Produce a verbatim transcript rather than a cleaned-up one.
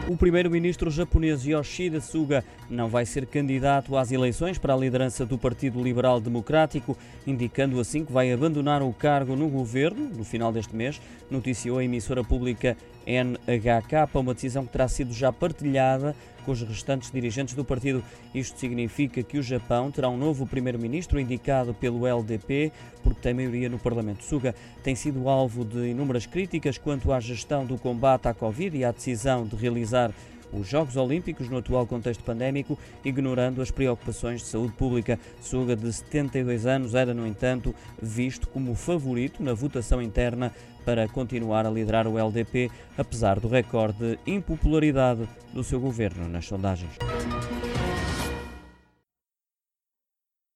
O primeiro-ministro japonês Yoshihide Suga não vai ser candidato às eleições para a liderança do Partido Liberal Democrático, indicando assim que vai abandonar o cargo no governo no final deste mês, noticiou a emissora pública N H K, uma decisão que terá sido já partilhada com os restantes dirigentes do partido. Isto significa que o Japão terá um novo primeiro-ministro indicado pelo L D P, porque tem maioria no Parlamento. Suga tem sido alvo de inúmeras críticas quanto à gestão do combate à Covid e à decisão de realizar os Jogos Olímpicos no atual contexto pandémico, ignorando as preocupações de saúde pública. Suga, de setenta e dois anos, era, no entanto, visto como favorito na votação interna para continuar a liderar o L D P, apesar do recorde de impopularidade do seu governo nas sondagens.